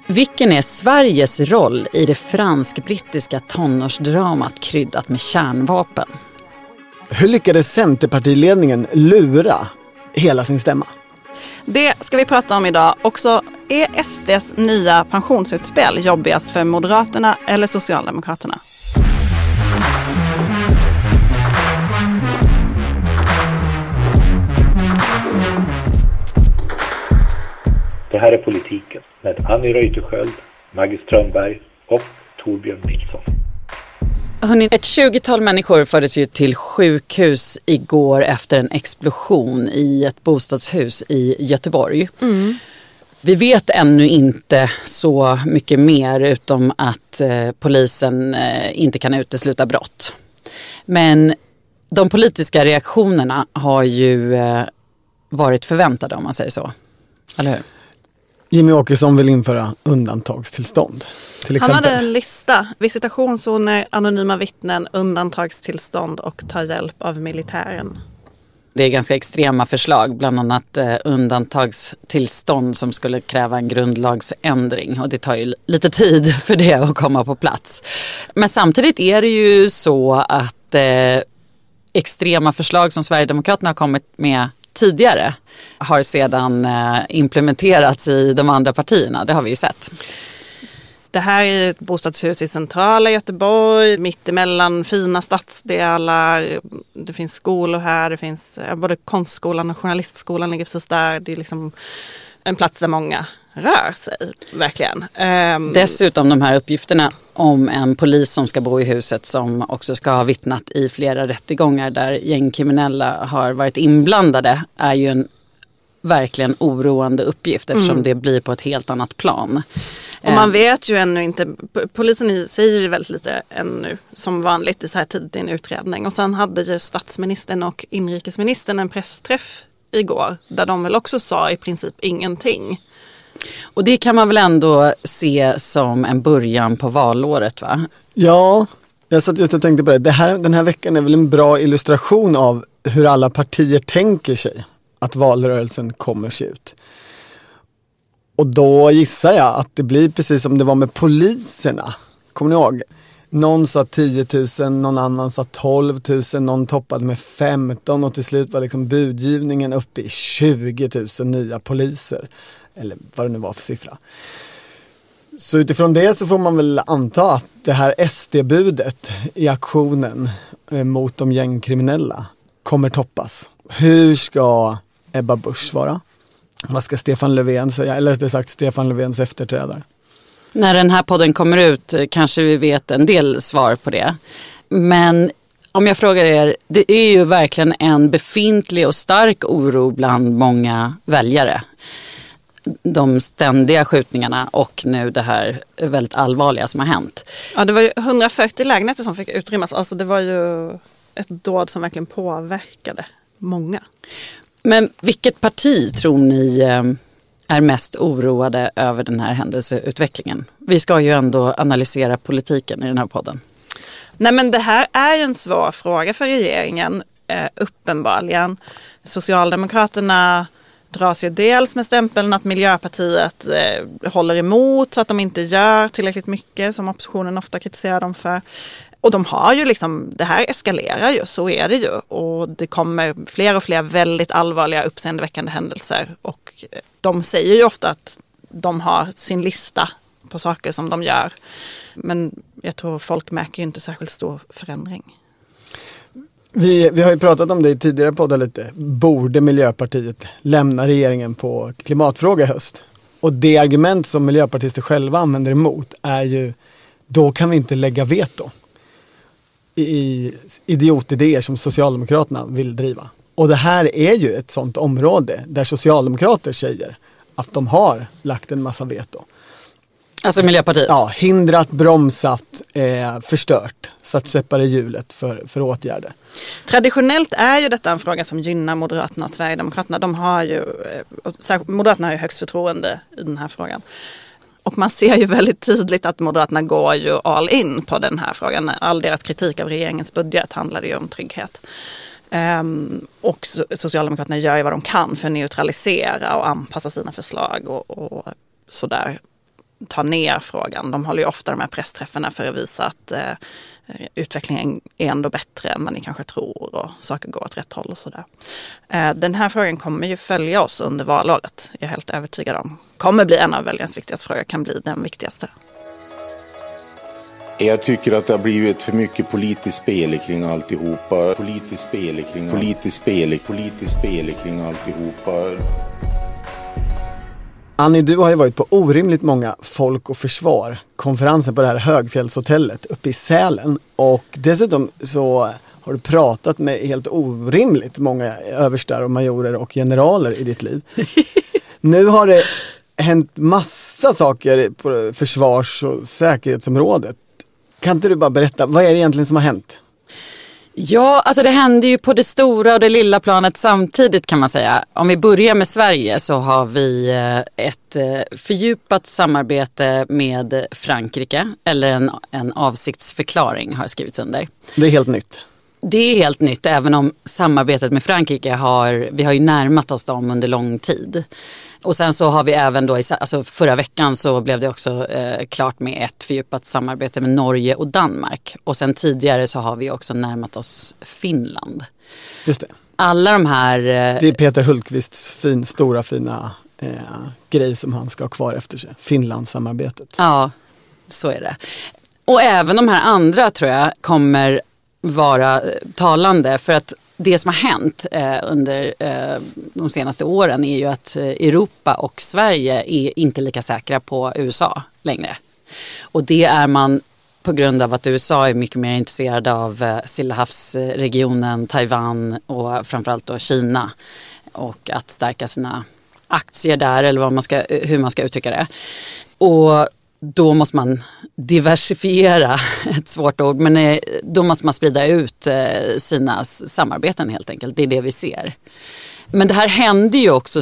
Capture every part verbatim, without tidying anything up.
Vilken är Sveriges roll i det fransk-brittiska tonårsdramat kryddat med kärnvapen? Hur lyckades Centerpartiledningen lura hela sin stämma? Det ska vi prata om idag. Också är S D:s nya pensionsutspel jobbigast för Moderaterna eller Socialdemokraterna? Det här är Politiken med Annie Reuterskiöld, Maggie Strömberg och Torbjörn Nilsson. Hörrni, ett tjugotal människor fördes ju till sjukhus igår efter en explosion i ett bostadshus i Göteborg. Mm. Vi vet ännu inte så mycket mer utom att eh, polisen eh, inte kan utesluta brott. Men de politiska reaktionerna har ju eh, varit förväntade, om man säger så. Eller hur? Jimmy Åkesson vill införa undantagstillstånd. Till exempel. Han hade en lista. Visitationszoner, anonyma vittnen, undantagstillstånd och ta hjälp av militären. Det är ganska extrema förslag, bland annat eh, undantagstillstånd som skulle kräva en grundlagsändring. Och det tar ju lite tid för det att komma på plats. Men samtidigt är det ju så att eh, extrema förslag som Sverigedemokraterna har kommit med tidigare har sedan eh, implementerats i de andra partierna. Det har vi ju sett. Det här är ett bostadshus i centrala Göteborg, mitt emellan fina stadsdelar. Det finns skolor här, det finns både konstskolan och journalistskolan ligger precis där. Det är liksom en plats där många rör sig, verkligen. Um, Dessutom de här uppgifterna om en polis som ska bo i huset som också ska ha vittnat i flera rättegångar där gängkriminella har varit inblandade är ju en verkligen oroande uppgift eftersom mm. det blir på ett helt annat plan. Och man vet ju ännu inte, polisen säger ju väldigt lite ännu som vanligt i så här tidigt i en utredning. Och sen hade ju statsministern och inrikesministern en pressträff igår där de väl också sa i princip ingenting. Och det kan man väl ändå se som en början på valåret, va? Ja, jag satt just och tänkte på det. det här, den här veckan är väl en bra illustration av hur alla partier tänker sig att valrörelsen kommer se ut. Och då gissar jag att det blir precis som det var med poliserna. Kommer ni ihåg? Någon sa tio tusen, någon annan sa tolv tusen, någon toppade med femton och till slut var liksom budgivningen uppe i tjugo tusen nya poliser. Eller vad det nu var för siffra. Så utifrån det så får man väl anta att det här S D-budet i aktionen mot de gängkriminella kommer toppas. Hur ska Ebba Busch vara? Vad ska Stefan Löfven säga? Eller rättare sagt Stefan Löfvens efterträdare. När den här podden kommer ut kanske vi vet en del svar på det. Men om jag frågar er, det är ju verkligen en befintlig och stark oro bland många väljare. De ständiga skjutningarna och nu det här väldigt allvarliga som har hänt. Ja, det var ju hundrafyrtio lägenheter som fick utrymmas. Alltså det var ju ett dåd som verkligen påverkade många. Men vilket parti tror ni är mest oroade över den här händelseutvecklingen? Vi ska ju ändå analysera politiken i den här podden. Nej, men det här är en svår fråga för regeringen, eh, uppenbarligen. Socialdemokraterna dras ju dels med stämpeln att Miljöpartiet eh, håller emot så att de inte gör tillräckligt mycket som oppositionen ofta kritiserar dem för. Och de har ju liksom, det här eskalerar ju, så är det ju. Och det kommer fler och fler väldigt allvarliga uppseendeväckande händelser. Och de säger ju ofta att de har sin lista på saker som de gör. Men jag tror folk märker ju inte särskilt stor förändring. Vi, vi har ju pratat om det i tidigare poddar lite. Borde Miljöpartiet lämna regeringen på klimatfråga i höst? Och det argument som miljöpartister själva använder emot är ju, då kan vi inte lägga veto i idiotidéer som Socialdemokraterna vill driva. Och det här är ju ett sånt område där Socialdemokrater säger att de har lagt en massa veto. Alltså Miljöpartiet? Ja, hindrat, bromsat, eh, förstört, satt käppar i hjulet för, för åtgärder. Traditionellt är ju detta en fråga som gynnar Moderaterna och Sverigedemokraterna. De har ju, Moderaterna har ju högst förtroende i den här frågan. Och man ser ju väldigt tydligt att Moderaterna går ju all in på den här frågan. All deras kritik av regeringens budget handlade ju om trygghet. Um, och Socialdemokraterna gör ju vad de kan för att neutralisera och anpassa sina förslag och, och sådär. ta ner frågan. De håller ju ofta de här pressträffarna för att visa att eh, utvecklingen är ändå bättre än vad ni kanske tror och saker går åt rätt håll och sådär. Eh, den här frågan kommer ju följa oss under valåret. Jag är helt övertygad om. Kommer bli en av väljarnas viktigaste frågor, kan bli den viktigaste. Jag tycker att det har blivit för mycket politiskt spel kring alltihopa. Politiskt spel kring politiskt spel, politiskt spel kring alltihopa. Annie, du har ju varit på orimligt många Folk och Försvar konferenser på det här Högfjällshotellet uppe i Sälen. Och dessutom så har du pratat med helt orimligt många överstar och majorer och generaler i ditt liv. Nu har det hänt massa saker på försvars- och säkerhetsområdet. Kan inte du bara berätta, vad är det egentligen som har hänt? Ja, alltså det händer ju på det stora och det lilla planet samtidigt kan man säga. Om vi börjar med Sverige så har vi ett fördjupat samarbete med Frankrike, eller en, en avsiktsförklaring har skrivits under. Det är helt nytt. Det är helt nytt, även om samarbetet med Frankrike har, vi har ju närmat oss dem under lång tid. Och sen så har vi även då, alltså förra veckan så blev det också eh, klart med ett fördjupat samarbete med Norge och Danmark. Och sen tidigare så har vi också närmat oss Finland. Just det. Alla de här... Eh, det är Peter Hultqvists fin, stora fina eh, grej som han ska ha kvar efter sig. Finlandssamarbetet. Ja, så är det. Och även de här andra tror jag kommer vara talande, för att det som har hänt eh, under eh, de senaste åren är ju att Europa och Sverige är inte lika säkra på U S A längre. Och det är man på grund av att U S A är mycket mer intresserade av eh, Stillahavsregionen, Taiwan och framförallt då Kina, och att stärka sina aktier där, eller vad man ska, hur man ska uttrycka det. Och då måste man diversifiera, ett svårt ord, men då måste man sprida ut sina samarbeten helt enkelt. Det är det vi ser. Men det här händer ju också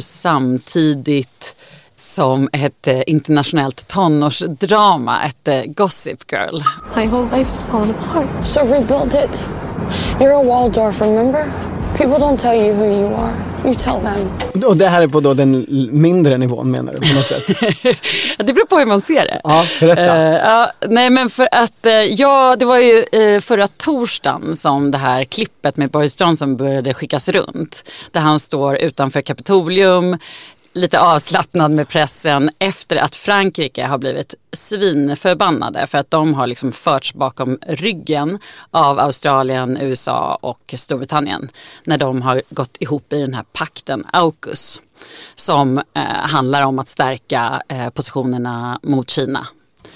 samtidigt som ett internationellt tonårsdrama, ett Gossip Girl. My whole life is falling apart. So rebuild it. You're a Waldorf, remember? People don't tell you who you are. You tell them. Och det här är på då den mindre nivån, menar du, på något sätt? Det beror på hur man ser det. Ja, berätta. Uh, ja, nej, men för att, uh, ja, det var ju uh, förra torsdagen som det här klippet med Boris Johnson började skickas runt. Där han står utanför Kapitolium, lite avslappnad med pressen, efter att Frankrike har blivit svinförbannade för att de har liksom förts bakom ryggen av Australien, U S A och Storbritannien när de har gått ihop i den här pakten AUKUS, som eh, handlar om att stärka eh, positionerna mot Kina.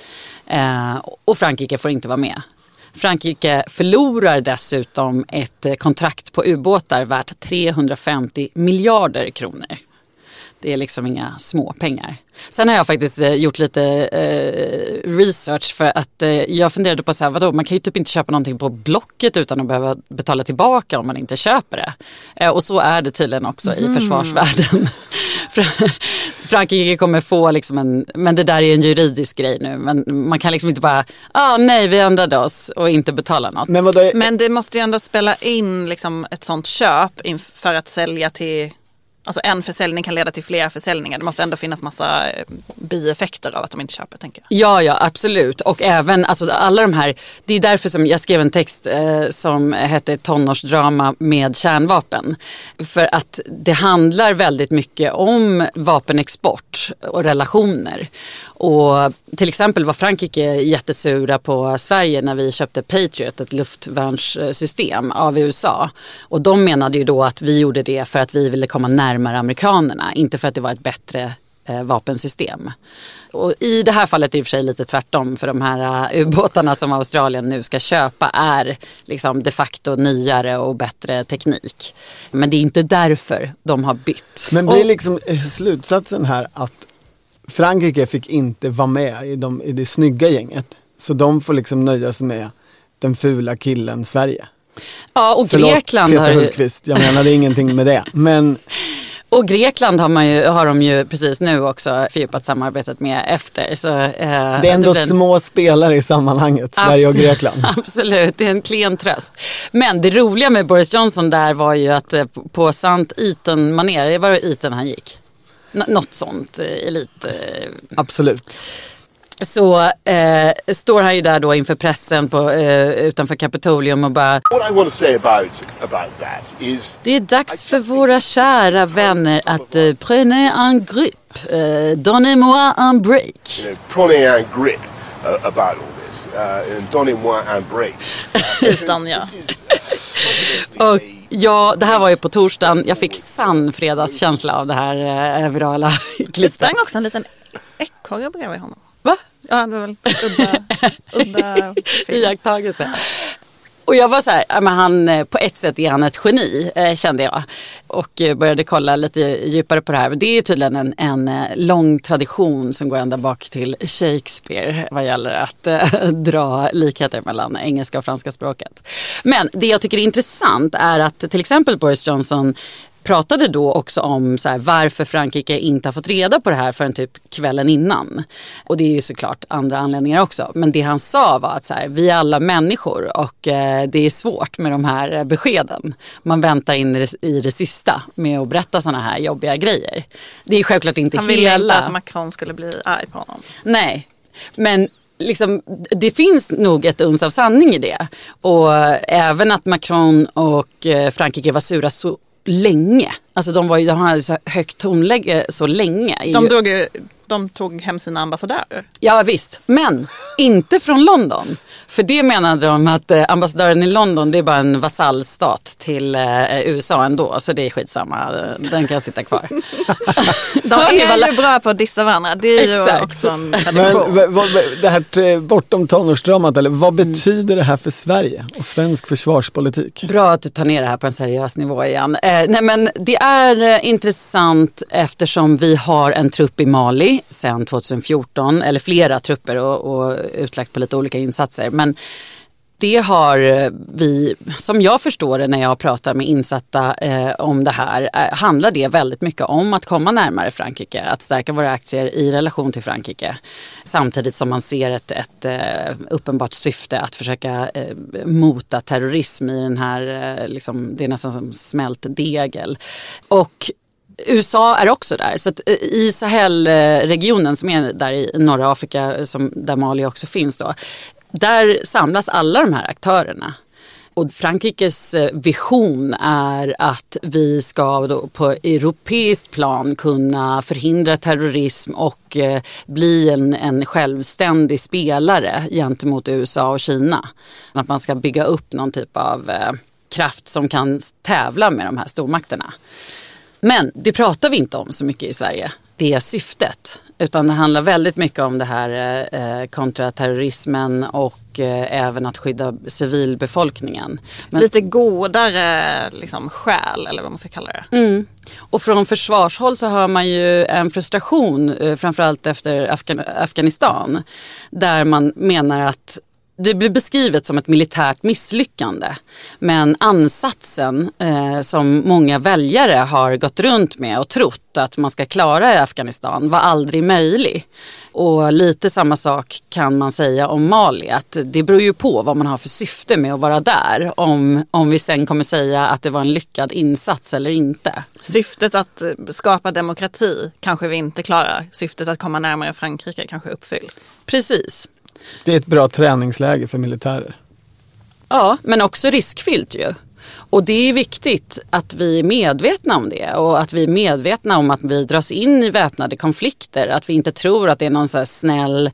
Eh, och Frankrike får inte vara med. Frankrike förlorar dessutom ett eh, kontrakt på ubåtar värt trehundrafemtio miljarder kronor. Det är liksom inga små pengar. Sen har jag faktiskt eh, gjort lite eh, research, för att eh, jag funderade på så här, vadå, man kan ju typ inte köpa någonting på Blocket utan att behöva betala tillbaka om man inte köper det. Eh, och så är det tydligen också mm. i försvarsvärlden. Frankrike kommer få liksom en, men det där är en juridisk grej nu, men man kan liksom inte bara, ah nej, vi ändrade oss och inte betala något. Men, vadå? Men det måste ju ändå spela in liksom ett sånt köp för att sälja till... Alltså en försäljning kan leda till flera försäljningar. Det måste ändå finnas massa bieffekter av att de inte köper, tänker jag. Ja, ja, absolut. Och även, alltså alla de här, det är därför som jag skrev en text eh, som hette Tonårsdrama med kärnvapen. För att det handlar väldigt mycket om vapenexport och relationer. Och till exempel var Frankrike jättesura på Sverige när vi köpte Patriot, ett luftvärnssystem av U S A. Och de menade ju då att vi gjorde det för att vi ville komma närmare amerikanerna, inte för att det var ett bättre eh, vapensystem. Och i det här fallet är det i och för sig lite tvärtom, för de här uh, ubåtarna som Australien nu ska köpa är liksom de facto nyare och bättre teknik. Men det är inte därför de har bytt. Men blir och, liksom slutsatsen här att Frankrike fick inte vara med i, de, i det snygga gänget, så de får liksom nöja sig med den fula killen Sverige? Ja, och Förlåt, Grekland Peter har ju... Hultqvist, jag menade ingenting med det. Men... Och Grekland har, man ju, har de ju precis nu också fördjupat samarbetet med efter. Så, eh, det är ändå det blir... små spelare i sammanhanget, Sverige absolut, och Grekland. Absolut, det är en klen tröst. Men det roliga med Boris Johnson där var ju att eh, på sant Eton-manér, var det Eton han gick? N- något sånt, eh, elit. Eh... Absolut. så eh, står han ju där då inför pressen på, eh, utanför Kapitolium och bara What I want to say about, about that is det är dags för våra kära vänner att eh, prenez un grip, eh, donnez-moi un break. You know, prenez un grip uh, about all this uh, and donnez-moi un break. Utan ja. Och ja, det här var ju på torsdagen. Jag fick sann fredagskänsla av det här eh, virala klippet. Det sprang också en liten ekorre bredvid honom. Va? Ja, det var väl udda, udda iakttagelse. Och jag var så här, men han, på ett sätt är han ett geni, eh, kände jag. Och började kolla lite djupare på det här. Det är tydligen en, en lång tradition som går ända bak till Shakespeare vad gäller att eh, dra likheter mellan engelska och franska språket. Men det jag tycker är intressant är att till exempel Boris Johnson pratade då också om så här, varför Frankrike inte har fått reda på det här förrän typ kvällen innan. Och det är ju såklart andra anledningar också. Men det han sa var att så här, vi är alla människor och eh, det är svårt med de här beskeden. Man väntar in i det, i det sista med att berätta såna här jobbiga grejer. Det är självklart inte han hela... Han ville inte att Macron skulle bli arg på honom. Nej, men... Liksom, det finns nog ett uns av sanning i det. Och även att Macron och Frankrike var sura så länge. Alltså de, var ju, de hade så högt tonläge så länge. De, drog ju, de tog hem sina ambassadörer. Ja visst, men inte från London. För det menade de att eh, ambassadören i London, det är bara en vasallstat till eh, U S A ändå. Så det är skitsamma, den kan sitta kvar. De är ju bra på att dissa varandra. Det är ju Exakt. Också en tradition. Men vad, det här bortom tonårsdramat, eller vad betyder det här för Sverige och svensk försvarspolitik? Bra att du tar ner det här på en seriös nivå igen. Eh, nej men det är eh, intressant eftersom vi har en trupp i Mali sedan tjugohundrafjorton, eller flera trupper och, och utlagt på lite olika insatser. Men det har vi, som jag förstår det när jag pratar med insatta eh, om det här, eh, handlar det väldigt mycket om att komma närmare Frankrike, att stärka våra aktier i relation till Frankrike. Samtidigt som man ser ett, ett eh, uppenbart syfte att försöka eh, mota terrorism i den här, eh, liksom, det är nästan som smält degel. Och U S A är också där. Så att i Sahel-regionen som är där i norra Afrika, som, där Mali också finns då, där samlas alla de här aktörerna. Och Frankrikes vision är att vi ska då på europeiskt plan kunna förhindra terrorism och eh, bli en, en självständig spelare gentemot U S A och Kina. Att man ska bygga upp någon typ av eh, kraft som kan tävla med de här stormakterna. Men det pratar vi inte om så mycket i Sverige. Det är syftet. Utan det handlar väldigt mycket om det här eh, kontraterrorismen och eh, även att skydda civilbefolkningen. Men, lite godare liksom, själ eller vad man ska kalla det. Mm. Och från försvarshåll så hör man ju en frustration, eh, framförallt efter Afgan- Afghanistan. Där man menar att det blir beskrivet som ett militärt misslyckande, men ansatsen eh, som många väljare har gått runt med och trott att man ska klara i Afghanistan var aldrig möjlig. Och lite samma sak kan man säga om Mali, att det beror ju på vad man har för syfte med att vara där, om, om vi sen kommer säga att det var en lyckad insats eller inte. Syftet att skapa demokrati kanske vi inte klarar, syftet att komma närmare Frankrike kanske uppfylls. Precis. Det är ett bra träningsläge för militärer. Ja, men också riskfyllt ju. Och det är viktigt att vi är medvetna om det och att vi är medvetna om att vi dras in i väpnade konflikter. Att vi inte tror att det är någon så här snäll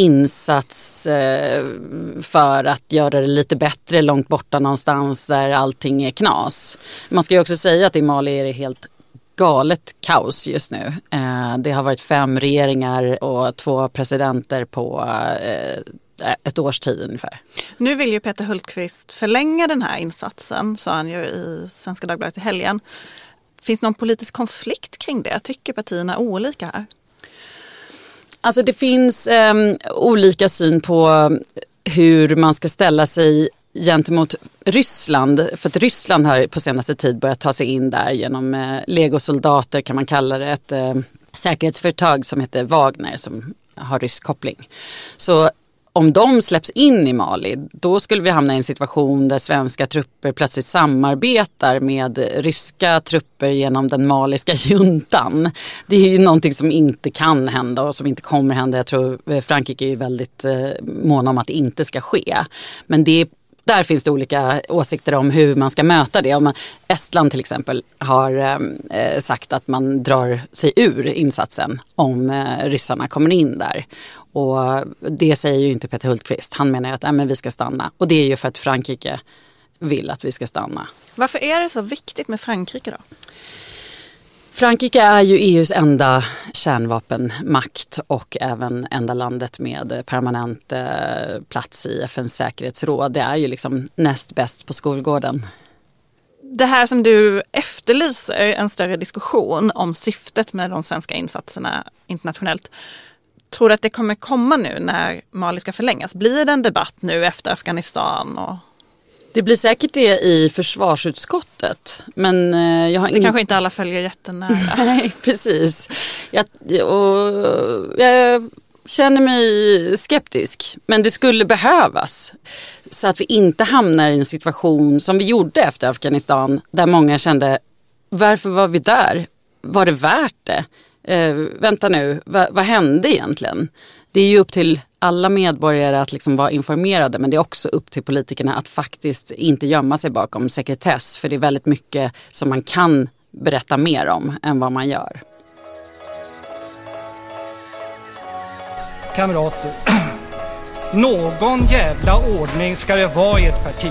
insats eh, för att göra det lite bättre långt borta någonstans där allting är knas. Man ska ju också säga att i Mali är det helt galet kaos just nu. Eh, det har varit fem regeringar och två presidenter på eh, ett års tid ungefär. Nu vill ju Peter Hultqvist förlänga den här insatsen, sa han ju i Svenska Dagbladet i helgen. Finns någon politisk konflikt kring det? Tycker partierna olika här? Alltså det finns eh, olika syn på hur man ska ställa sig gentemot Ryssland, för att Ryssland har på senaste tid börjat ta sig in där genom eh, legosoldater kan man kalla det, ett eh, säkerhetsföretag som heter Wagner som har rysk koppling. Så om de släpps in i Mali, då skulle vi hamna i en situation där svenska trupper plötsligt samarbetar med ryska trupper genom den maliska juntan. Det är ju någonting som inte kan hända och som inte kommer hända. Jag tror Frankrike är ju väldigt eh, måna om att det inte ska ske. Men det är Där finns det olika åsikter om hur man ska möta det. Om man, Estland till exempel har eh, sagt att man drar sig ur insatsen om eh, ryssarna kommer in där. Och det säger ju inte Peter Hultqvist. Han menar ju att äh, men vi ska stanna. Och det är ju för att Frankrike vill att vi ska stanna. Varför är det så viktigt med Frankrike då? Frankrike är ju E U:s enda kärnvapenmakt och även enda landet med permanent eh, plats i F N:s säkerhetsråd. Det är ju liksom näst bäst på skolgården. Det här som du efterlyser, en större diskussion om syftet med de svenska insatserna internationellt. Tror du att det kommer komma nu när Mali ska förlängas? Blir det en debatt nu efter Afghanistan och... Det blir säkert det i försvarsutskottet. Men eh, jag har det ingen... kanske inte alla följer jättenära. Nej, precis. Jag, och, jag känner mig skeptisk. Men det skulle behövas. Så att vi inte hamnar i en situation som vi gjorde efter Afghanistan. Där många kände, varför var vi där? Var det värt det? Eh, vänta nu, va, vad hände egentligen? Det är ju upp till alla medborgare att liksom vara informerade, men det är också upp till politikerna att faktiskt inte gömma sig bakom sekretess, för det är väldigt mycket som man kan berätta mer om än vad man gör. Kamrater, någon jävla ordning ska det vara i ett parti.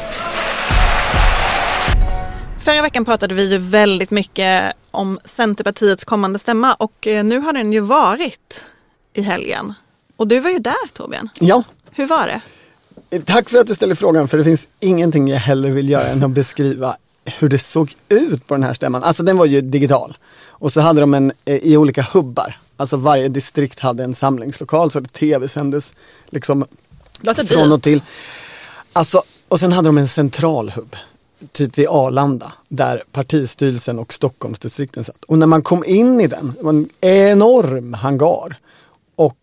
Förra veckan pratade vi ju väldigt mycket om Centerpartiets kommande stämma och nu har den ju varit i helgen. Och du var ju där, Torbjörn. Ja. Hur var det? Tack för att du ställer frågan, för det finns ingenting jag hellre vill göra än att beskriva hur det såg ut på den här stämman. Alltså den var ju digital. Och så hade de en i olika hubbar. Alltså varje distrikt hade en samlingslokal så det tv-sändes liksom från och till. Alltså, och sen hade de en centralhubb. Typ vid Arlanda, där partistyrelsen och Stockholmsdistrikten satt. Och när man kom in i den, det var en enorm hangar. Och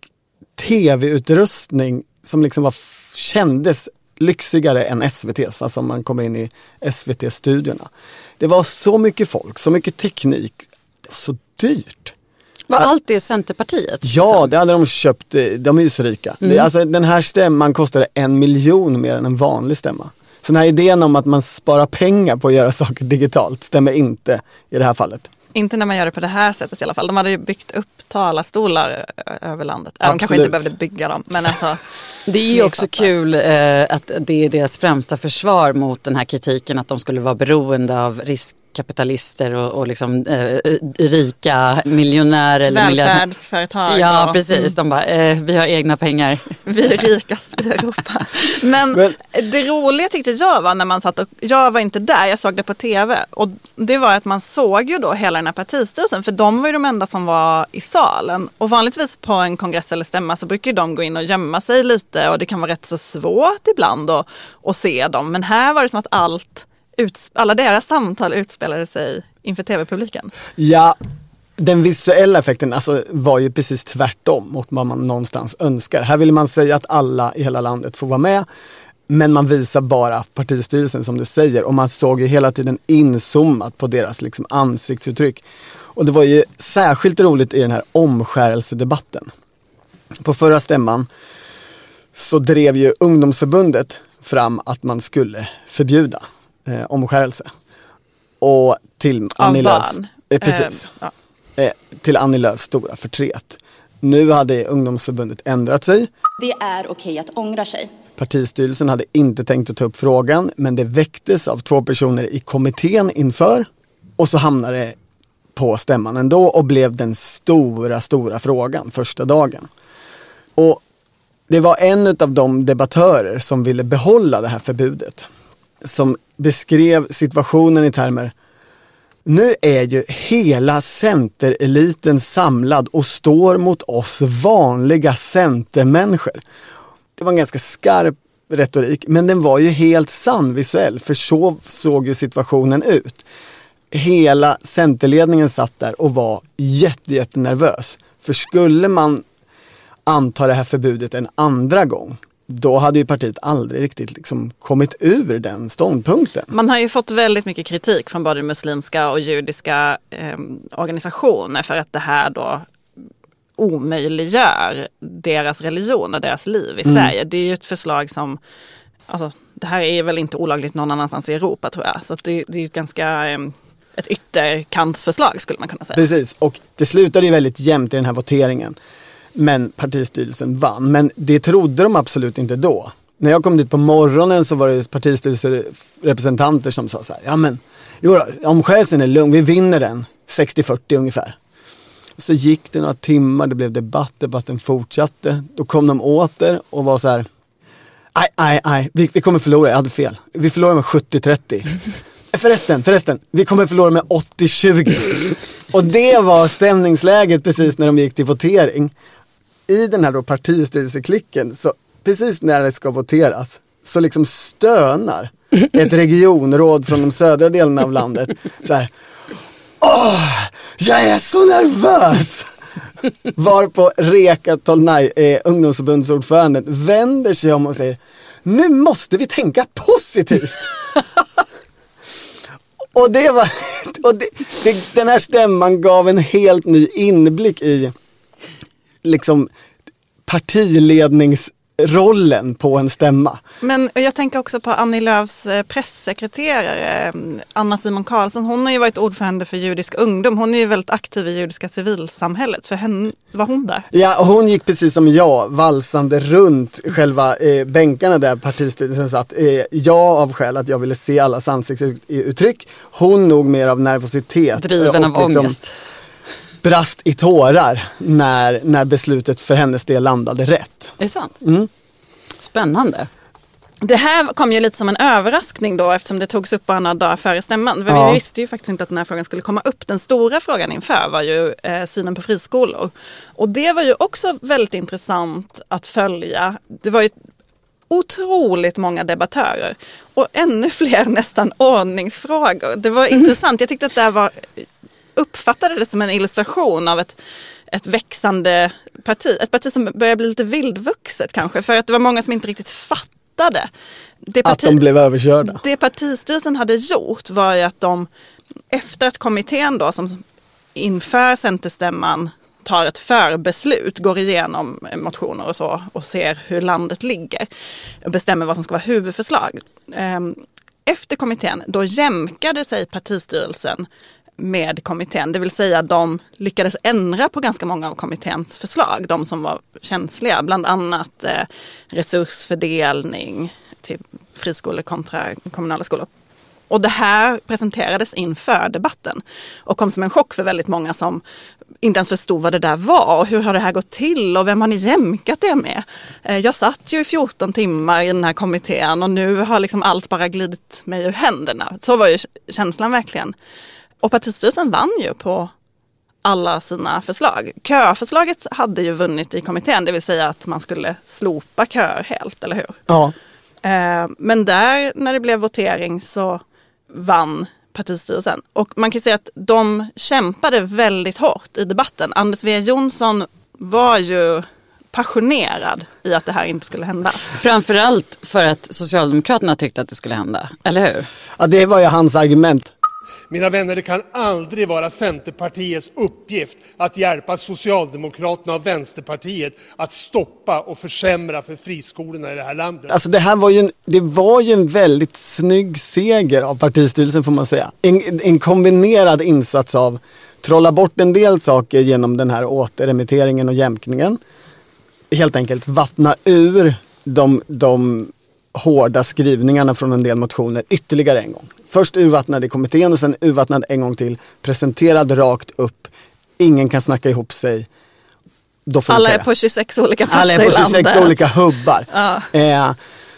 tv-utrustning som liksom var, kändes lyxigare än S V T:s. Alltså man kommer in i S V T-studierna. Det var så mycket folk, så mycket teknik. Det var så dyrt. Var allt det Centerpartiet? Ja, liksom? Det hade de köpt. De är ju så rika. Mm. Det, alltså, den här stämman kostade en miljon mer än en vanlig stämma. Så den här idén om att man sparar pengar på att göra saker digitalt stämmer inte i det här fallet. Inte när man gör det på det här sättet i alla fall. De hade ju byggt upp talarstolar över landet. De Absolut. kanske inte behövde bygga dem. Men alltså, det är ju också kul eh, att det är deras främsta försvar mot den här kritiken att de skulle vara beroende av riskkapitalister och, och liksom, eh, rika miljonärer. Eller välfärdsföretag. Ja, och, precis. Mm. De bara, eh, vi har egna pengar. Vi är rikast i Europa. Men, Men det roliga tyckte jag var när man satt och, jag var inte där, jag såg det på tv. Och det var att man såg ju då hela den här partistyrelsen. För de var ju de enda som var i salen. Och vanligtvis på en kongress eller stämma så brukar ju de gå in och gömma sig lite. Och det kan vara rätt så svårt ibland att, att se dem. Men här var det som att allt, alla deras samtal utspelade sig inför tv-publiken. Ja, den visuella effekten alltså, var ju precis tvärtom mot vad man någonstans önskar. Här vill man säga att alla i hela landet får vara med. Men man visar bara partistyrelsen som du säger. Och man såg ju hela tiden inzoomat på deras liksom, ansiktsuttryck. Och det var ju särskilt roligt i den här omskärelsedebatten. På förra stämman så drev ju ungdomsförbundet fram att man skulle förbjuda eh, omskärelse. Och till Annie Lööfs, eh, precis, eh, ja. eh, till Annie Lööfs stora förtret. Nu hade ungdomsförbundet ändrat sig. Det är okej att ångra sig. Partistyrelsen hade inte tänkt att ta upp frågan, men det väcktes av två personer i kommittén inför. Och så hamnade det på stämman ändå och blev den stora, stora frågan första dagen. Och det var en av de debattörer som ville behålla det här förbudet. Som beskrev situationen i termer: nu är ju hela centereliten samlad och står mot oss vanliga centermänniskor. Det var en ganska skarp retorik, men den var ju helt sann visuell, för så såg ju situationen ut. Hela centerledningen satt där och var jätte, jätte nervös. För skulle man anta det här förbudet en andra gång, då hade ju partiet aldrig riktigt liksom kommit ur den ståndpunkten. Man har ju fått väldigt mycket kritik från både muslimska och judiska eh, organisationer för att det här då omöjliggör deras religion och deras liv i mm. Sverige. Det är ju ett förslag som, alltså det här är väl inte olagligt någon annanstans i Europa tror jag. Så att det, det är ju ett ganska, eh, ett ytterkantsförslag skulle man kunna säga. Precis, och det slutade ju väldigt jämnt i den här voteringen. Men partistyrelsen vann. Men det trodde de absolut inte då. När jag kom dit på morgonen så var det partistyrelserepresentanter som sa så här, ja men, jo, om Skälsen är lugn, vi vinner den sextio fyrtio ungefär. Och så gick det några timmar, det blev debatt, debatten fortsatte. Då kom de åter och var så här, aj, aj, aj, vi, vi kommer förlora, jag hade fel. Vi förlorar med sjuttio trettio. Förresten, förresten, vi kommer förlora med åttio tjugo. Och det var stämningsläget precis när de gick till votering. I den här då partistyrelseklicken, så precis när det ska voteras, så liksom stönar ett regionråd från de södra delarna av landet så här, åh, jag är så nervös! Varpå Reka Tolnay, eh, ungdomsförbundsordföranden, vänder sig om och säger, nu måste vi tänka positivt. Och det var och det, det, den här stämman gav en helt ny inblick i liksom partiledningsrollen på en stämma. Men jag tänker också på Annie Lööfs presssekreterare Anna Simon Karlsson. Hon har ju varit ordförande för judisk ungdom. Hon är ju väldigt aktiv i judiska civilsamhället. För henne var hon där. Ja, och hon gick precis som jag valsande runt själva eh, bänkarna där partistyrelsen satt. Eh, jag av skäl att jag ville se allas ansiktsuttryck. Hon nog mer av nervositet. Driven av liksom ångest. Brast i tårar när, när beslutet för hennes del landade rätt. Är det sant? Mm. Spännande. Det här kom ju lite som en överraskning då eftersom det togs upp bara några dagar före stämman. För ja. Vi visste ju faktiskt inte att den här frågan skulle komma upp. Den stora frågan inför var ju eh, synen på friskolor. Och det var ju också väldigt intressant att följa. Det var ju otroligt många debattörer och ännu fler nästan ordningsfrågor. Det var mm. intressant. Jag tyckte att det här var... uppfattade det som en illustration av ett, ett växande parti. Ett parti som börjar bli lite vildvuxet kanske. För att det var många som inte riktigt fattade. Det parti, att de blev överkörda. Det partistyrelsen hade gjort var ju att de, efter att kommittén då som inför centerstämman tar ett förbeslut, går igenom motioner och så och ser hur landet ligger och bestämmer vad som ska vara huvudförslag. Efter kommittén, då jämkade sig partistyrelsen med kommittén. Det vill säga de lyckades ändra på ganska många av kommitténs förslag. De som var känsliga. Bland annat eh, resursfördelning till friskolor kontra kommunala skolor. Och det här presenterades inför debatten. Och kom som en chock för väldigt många som inte ens förstod vad det där var. Och hur har det här gått till? Och vem har ni jämkat det med? Eh, jag satt ju i fjorton timmar i den här kommittén. Och nu har liksom allt bara glidit mig ur händerna. Så var ju känslan verkligen. Och partistyrelsen vann ju på alla sina förslag. Köförslaget hade ju vunnit i kommittén, det vill säga att man skulle slopa köer helt, eller hur? Ja. Eh, men där, när det blev votering så vann partistyrelsen. Och man kan säga att de kämpade väldigt hårt i debatten. Anders W. Jonsson var ju passionerad i att det här inte skulle hända. Framförallt för att Socialdemokraterna tyckte att det skulle hända, eller hur? Ja, det var ju hans argument. Mina vänner, det kan aldrig vara Centerpartiets uppgift att hjälpa Socialdemokraterna och Vänsterpartiet att stoppa och försämra för friskolorna i det här landet. Alltså det här var ju en, det var ju en väldigt snygg seger av partistyrelsen får man säga. En, en kombinerad insats av trolla bort en del saker genom den här återremitteringen och jämkningen. Helt enkelt vattna ur de, de hårda skrivningarna från en del motioner ytterligare en gång. Först urvattnad i kommittén och sen urvattnad en gång till. Presenterad rakt upp. Ingen kan snacka ihop sig. Då alla är på tjugosex olika platser Alla är på tjugosex olika hubbar. Ja. Eh,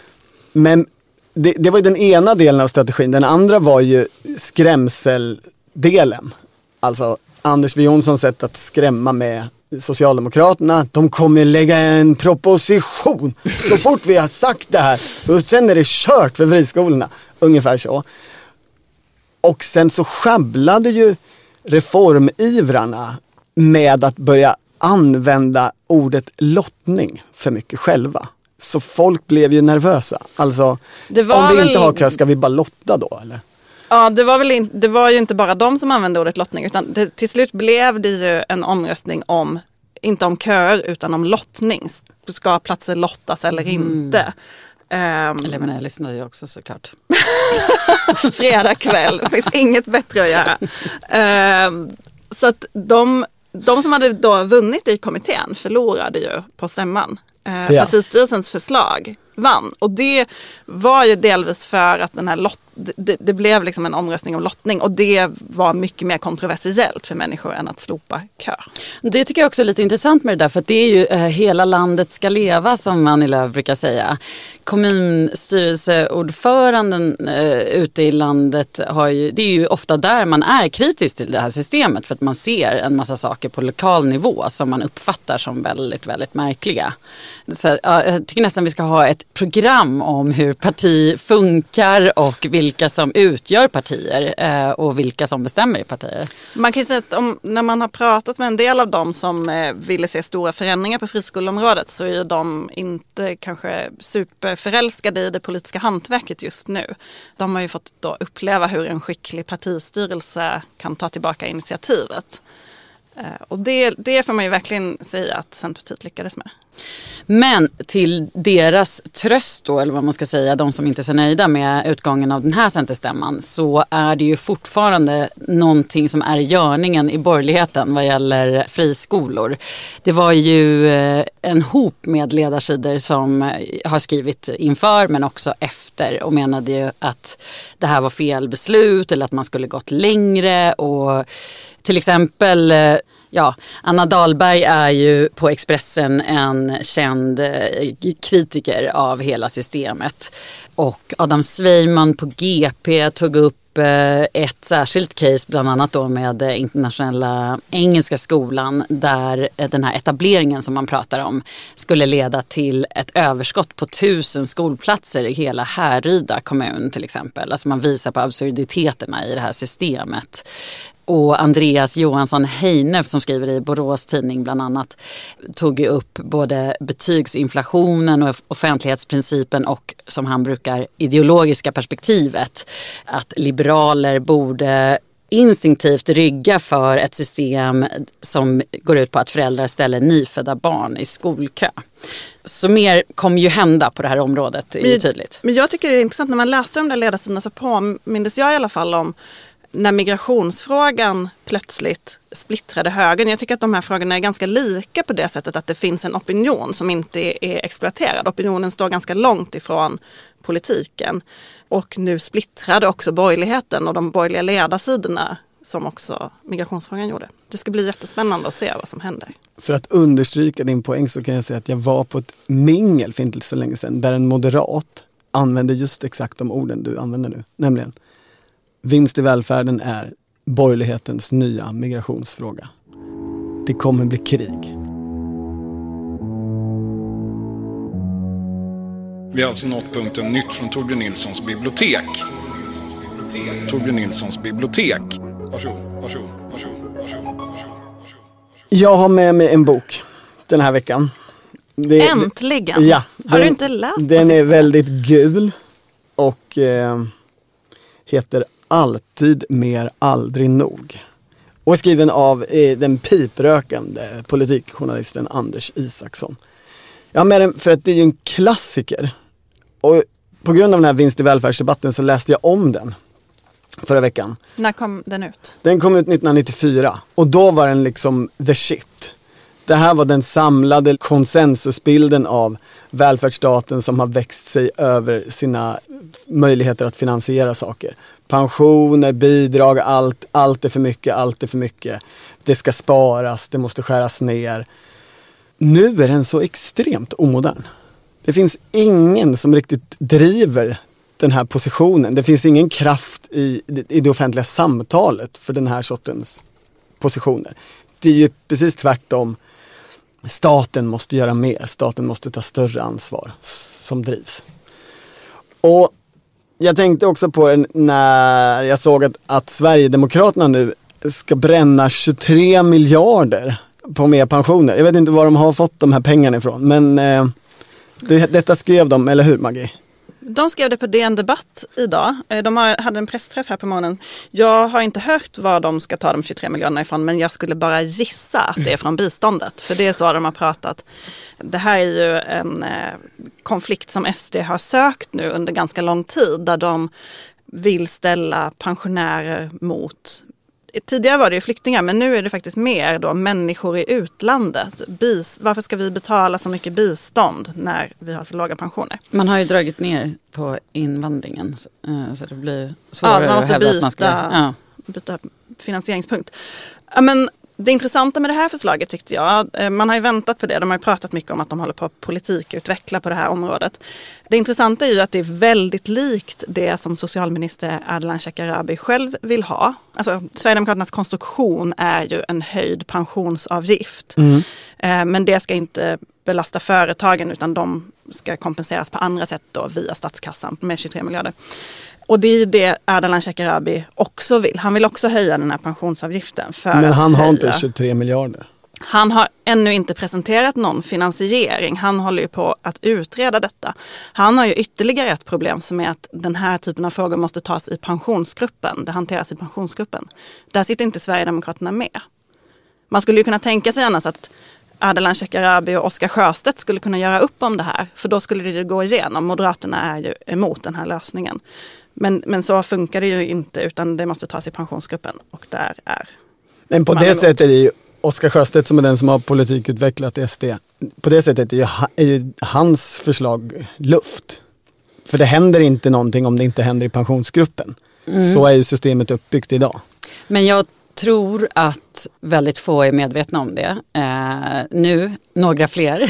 men det, det var ju den ena delen av strategin. Den andra var ju skrämseldelen. Alltså Anders W. Jonssons sätt att skrämma med Socialdemokraterna. De kommer lägga en proposition så fort vi har sagt det här. Och sen är det kört för friskolorna. Ungefär så. Och sen så sjabblade ju reformivrarna med att börja använda ordet lottning för mycket själva. Så folk blev ju nervösa. Alltså, det var om vi väl... inte har kö, ska vi bara lotta då, eller? Ja, det var, väl in, det var ju inte bara de som använde ordet lottning, utan det, till slut blev det ju en omröstning om, inte om köer, utan om lottning. Ska platser lottas eller mm. inte? Um, eller men jag lyssnade ju också såklart. Fredag kväll, det finns inget bättre att göra. Um, så att de, de som hade då vunnit i kommittén förlorade ju på stämman. Uh, ja. Partistyrelsens förslag vann. Och det var ju delvis för att den här lott, det, det blev liksom en omröstning om lottning, och det var mycket mer kontroversiellt för människor än att slopa kö. Det tycker jag också är lite intressant med det där, för att det är ju eh, hela landet ska leva, som Annie Lööf brukar säga. Kommunstyrelseordföranden eh, ute i landet har ju, det är ju ofta där man är kritisk till det här systemet, för att man ser en massa saker på lokal nivå som man uppfattar som väldigt, väldigt märkliga. Så, ja, jag tycker nästan vi ska ha ett program om hur parti funkar och vilka som utgör partier eh, och vilka som bestämmer i partier. Man kan ju säga att om, när man har pratat med en del av dem som eh, ville se stora förändringar på friskoleområdet, så är de inte kanske superförälskade i det politiska hantverket just nu. De har ju fått då uppleva hur en skicklig partistyrelse kan ta tillbaka initiativet. Eh, och det, det får man ju verkligen säga att Centerpartiet lyckades med. Men till deras tröst då, eller vad man ska säga, de som inte är så nöjda med utgången av den här centerstämman, så är det ju fortfarande någonting som är i görningen i borgerligheten vad gäller friskolor. Det var ju en hop med ledarsidor som har skrivit inför men också efter och menade ju att det här var fel beslut eller att man skulle gått längre, och till exempel... Ja, Anna Dahlberg är ju på Expressen en känd kritiker av hela systemet. Och Adam Sveiman på G P tog upp ett särskilt case, bland annat då med Internationella Engelska Skolan, där den här etableringen som man pratar om skulle leda till ett överskott på tusen skolplatser i hela Härryda kommun till exempel. Alltså man visar på absurditeterna i det här systemet. Och Andreas Johansson Heinef, som skriver i Borås tidning bland annat, tog ju upp både betygsinflationen och offentlighetsprincipen och, som han brukar, ideologiska perspektivet. Att liberaler borde instinktivt rygga för ett system som går ut på att föräldrar ställer nyfödda barn i skolkö. Så mer kommer ju hända på det här området, det är ju tydligt. Men jag tycker det är intressant när man läser de där ledarsidorna, så påmindes jag i alla fall om när migrationsfrågan plötsligt splittrade högern. Jag tycker att de här frågorna är ganska lika på det sättet att det finns en opinion som inte är exploaterad. Opinionen står ganska långt ifrån politiken. Och nu splittrade också borgerligheten och de borgerliga ledarsidorna, som också migrationsfrågan gjorde. Det ska bli jättespännande att se vad som händer. För att understryka din poäng så kan jag säga att jag var på ett mingel för inte så länge sedan där en moderat använde just exakt de orden du använder nu. Nämligen: vinst i välfärden är borgerlighetens nya migrationsfråga. Det kommer bli krig. Vi har alltså nått punkten nytt från Torbjörn Nilssons bibliotek. Torbjörn Nilssons bibliotek. Varsågod, varsågod, varsågod, varsågod, varsågod. Jag har med mig en bok den här veckan. Det, Äntligen! Ja, har den, du inte läst den? Den är väldigt gul och eh, heter Alltid mer aldrig nog. Och är skriven av eh, den piprökande politikjournalisten Anders Isaksson. Ja, men för att det är ju en klassiker. Och på grund av den här vinst i välfärdsdebatten så läste jag om den förra veckan. När kom den ut? Den kom ut nittonhundranittiofyra och då var den liksom the shit. Det här var den samlade konsensusbilden av välfärdsstaten som har växt sig över sina möjligheter att finansiera saker. Pensioner, bidrag, allt, allt är för mycket, allt är för mycket. Det ska sparas, det måste skäras ner. Nu är den så extremt omodern. Det finns ingen som riktigt driver den här positionen. Det finns ingen kraft i, i det offentliga samtalet för den här sortens positioner. Det är ju precis tvärtom. Staten måste göra mer. Staten måste ta större ansvar som drivs. Och jag tänkte också på det när jag såg att, att Sverigedemokraterna nu ska bränna tjugotre miljarder på mer pensioner. Jag vet inte var de har fått de här pengarna ifrån, men eh, det, detta skrev de, eller hur Maggie? De skrev det på D N Debatt idag. De hade en pressträff här på morgonen. Jag har inte hört var de ska ta de tjugotre miljarderna ifrån, men jag skulle bara gissa att det är från biståndet. För det är så de har pratat. Det här är ju en eh, konflikt som S D har sökt nu under ganska lång tid, där de vill ställa pensionärer mot... Tidigare var det ju flyktingar, men nu är det faktiskt mer då människor i utlandet. Bis, varför ska vi betala så mycket bistånd när vi har så låga pensioner? Man har ju dragit ner på invandringen så det blir svårare ja, man måste att hävda byta, att man ska... Ja. byta finansieringspunkt. Ja, men det intressanta med det här förslaget tyckte jag, man har ju väntat på det, de har ju pratat mycket om att de håller på att politikutveckla på det här området. Det intressanta är ju att det är väldigt likt det som socialminister Ardalan Shekarabi själv vill ha. Alltså Sverigedemokraternas konstruktion är ju en höjd pensionsavgift. Mm. Men det ska inte belasta företagen, utan de ska kompenseras på andra sätt då via statskassan med tjugotre miljarder. Och det är ju det Ardalan Shekarabi också vill. Han vill också höja den här pensionsavgiften. För Men han att har höja. inte tjugotre miljarder. Han har ännu inte presenterat någon finansiering. Han håller ju på att utreda detta. Han har ju ytterligare ett problem som är att den här typen av frågor måste tas i pensionsgruppen. Det hanteras i pensionsgruppen. Där sitter inte Sverigedemokraterna med. Man skulle ju kunna tänka sig annars att Ardalan Shekarabi och Oscar Sjöstedt skulle kunna göra upp om det här. För då skulle det ju gå igenom. Moderaterna är ju emot den här lösningen. Men, men så funkar det ju inte, utan det måste tas i pensionsgruppen, och där är Men på det sättet är det ju Oscar Sjöstedt som är den som har politikutvecklat S D. På det sättet är ju, är ju hans förslag luft. För det händer inte någonting om det inte händer i pensionsgruppen. Mm. Så är ju systemet uppbyggt idag. Men jag tror att väldigt få är medvetna om det. Eh, nu, några fler.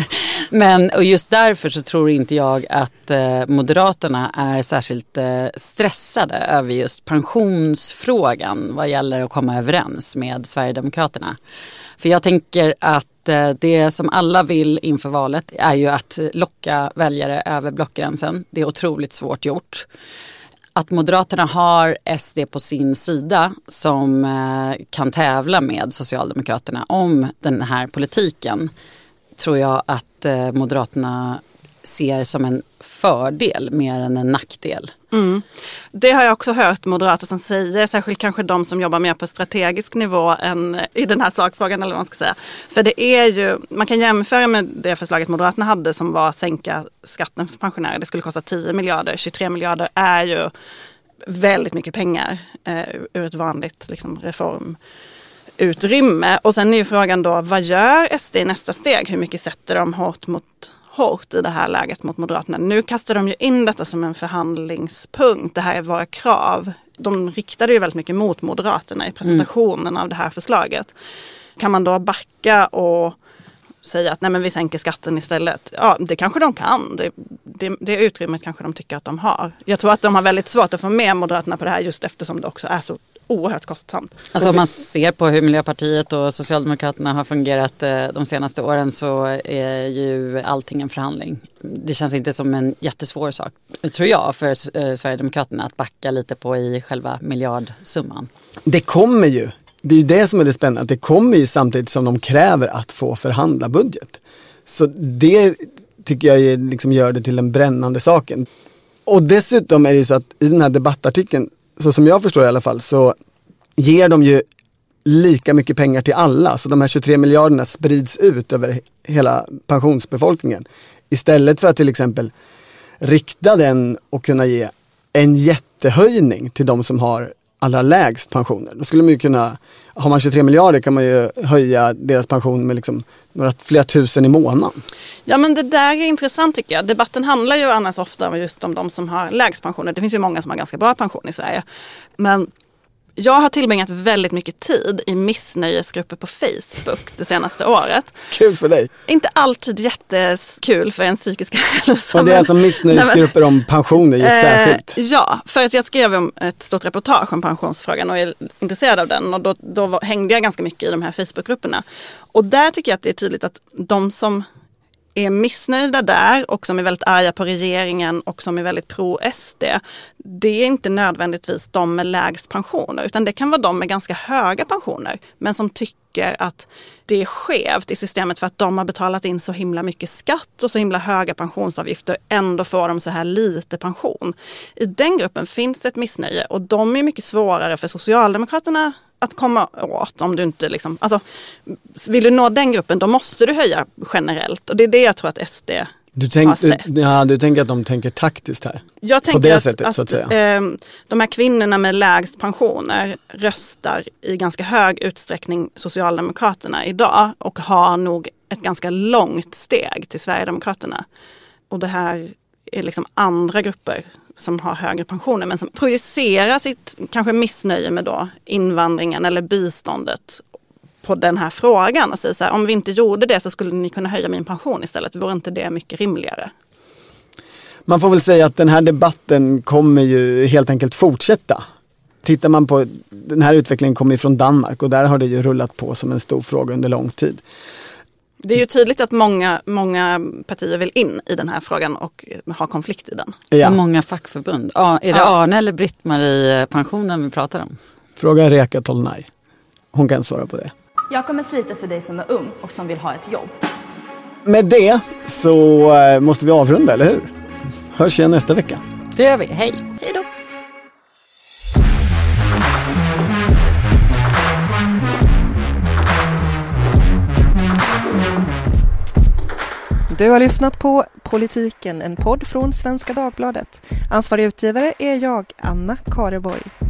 Men och just därför så tror inte jag att eh, Moderaterna är särskilt eh, stressade över just pensionsfrågan vad gäller att komma överens med Sverigedemokraterna. För jag tänker att eh, det som alla vill inför valet är ju att locka väljare över blockgränsen. Det är otroligt svårt gjort. Att Moderaterna har S D på sin sida som eh, kan tävla med Socialdemokraterna om den här politiken, tror jag att eh, Moderaterna ser som en fördel mer än en nackdel. Mm. Det har jag också hört moderater som säger, särskilt kanske de som jobbar mer på strategisk nivå än i den här sakfrågan, eller vad man ska säga. För det är ju, man kan jämföra med det förslaget Moderaterna hade som var att sänka skatten för pensionärer. Det skulle kosta tio miljarder. tjugotre miljarder är ju väldigt mycket pengar eh, ur ett vanligt liksom, reformutrymme. Och sen är ju frågan då, vad gör S D i nästa steg? Hur mycket sätter de hårt mot hårt i det här läget mot Moderaterna? Nu kastar de ju in detta som en förhandlingspunkt. Det här är våra krav. De riktade ju väldigt mycket mot Moderaterna i presentationen mm. av det här förslaget. Kan man då backa och säga att nej, men vi sänker skatten istället? Ja, det kanske de kan. Det, det, det utrymmet kanske de tycker att de har. Jag tror att de har väldigt svårt att få med Moderaterna på det här, just eftersom det också är så oerhört kostsamt. Alltså om man ser på hur Miljöpartiet och Socialdemokraterna har fungerat eh, de senaste åren, så är ju allting en förhandling. Det känns inte som en jättesvår sak, tror jag, för eh, Sverigedemokraterna att backa lite på i själva miljardsumman. Det kommer ju. Det är ju det som är det spännande. Det kommer ju samtidigt som de kräver att få förhandla budget. Så det tycker jag liksom gör det till den brännande saken. Och dessutom är det ju så att i den här debattartikeln, så som jag förstår i alla fall, så ger de ju lika mycket pengar till alla. Så de här tjugotre miljarderna sprids ut över hela pensionsbefolkningen. Istället för att till exempel rikta den och kunna ge en jättehöjning till de som har allra lägst pensioner. Då skulle man ju kunna, har man tjugotre miljarder kan man ju höja deras pension med liksom några flera tusen i månaden. Ja, men det där är intressant tycker jag. Debatten handlar ju annars ofta just om de som har lägst pensioner. Det finns ju många som har ganska bra pension i Sverige. Men jag har tillbringat väldigt mycket tid i missnöjesgrupper på Facebook det senaste året. Kul för dig. Inte alltid jättekul för en psykiska hälsa. Och det är alltså missnöjesgrupper om pensioner just eh, särskilt. Ja, för att jag skrev om ett stort reportage om pensionsfrågan och är intresserad av den. Och då, då hängde jag ganska mycket i de här Facebookgrupperna. Och där tycker jag att det är tydligt att de som är missnöjda där och som är väldigt arga på regeringen och som är väldigt pro-S D, det är inte nödvändigtvis de med lägst pensioner, utan det kan vara de med ganska höga pensioner men som tycker tycker att det är skevt i systemet för att de har betalat in så himla mycket skatt och så himla höga pensionsavgifter, ändå får de så här lite pension. I den gruppen finns det ett missnöje och de är mycket svårare för Socialdemokraterna att komma åt. Om du inte liksom, alltså, vill du nå den gruppen, då måste du höja generellt, och det är det jag tror att S D Du, tänk, har sett. du, ja, du tänker att de tänker taktiskt här? Jag tänker på det att, sättet, att, så att säga. Eh, de här kvinnorna med lägst pensioner röstar i ganska hög utsträckning Socialdemokraterna idag och har nog ett ganska långt steg till Sverigedemokraterna. Och det här är liksom andra grupper som har högre pensioner men som projicerar sitt kanske missnöje med då invandringen eller biståndet på den här frågan och säger så här, om vi inte gjorde det så skulle ni kunna höja min pension istället. Vore inte det mycket rimligare? Man får väl säga att den här debatten kommer ju helt enkelt fortsätta. Tittar man på, den här utvecklingen kommer från Danmark och där har det ju rullat på som en stor fråga under lång tid. Det är ju tydligt att många, många partier vill in i den här frågan och ha konflikt i den. Ja. Många fackförbund. Ja, är det Ja. Arne eller Britt-Marie pensionen vi pratar om? Fråga Reka Tolnaj. Hon kan svara på det. Jag kommer slita för dig som är ung och som vill ha ett jobb. Med det så måste vi avrunda, eller hur? Hörs igen nästa vecka. Det gör vi. Hej! Hej då! Du har lyssnat på Politiken, en podd från Svenska Dagbladet. Ansvarig utgivare är jag, Anna Kareborg.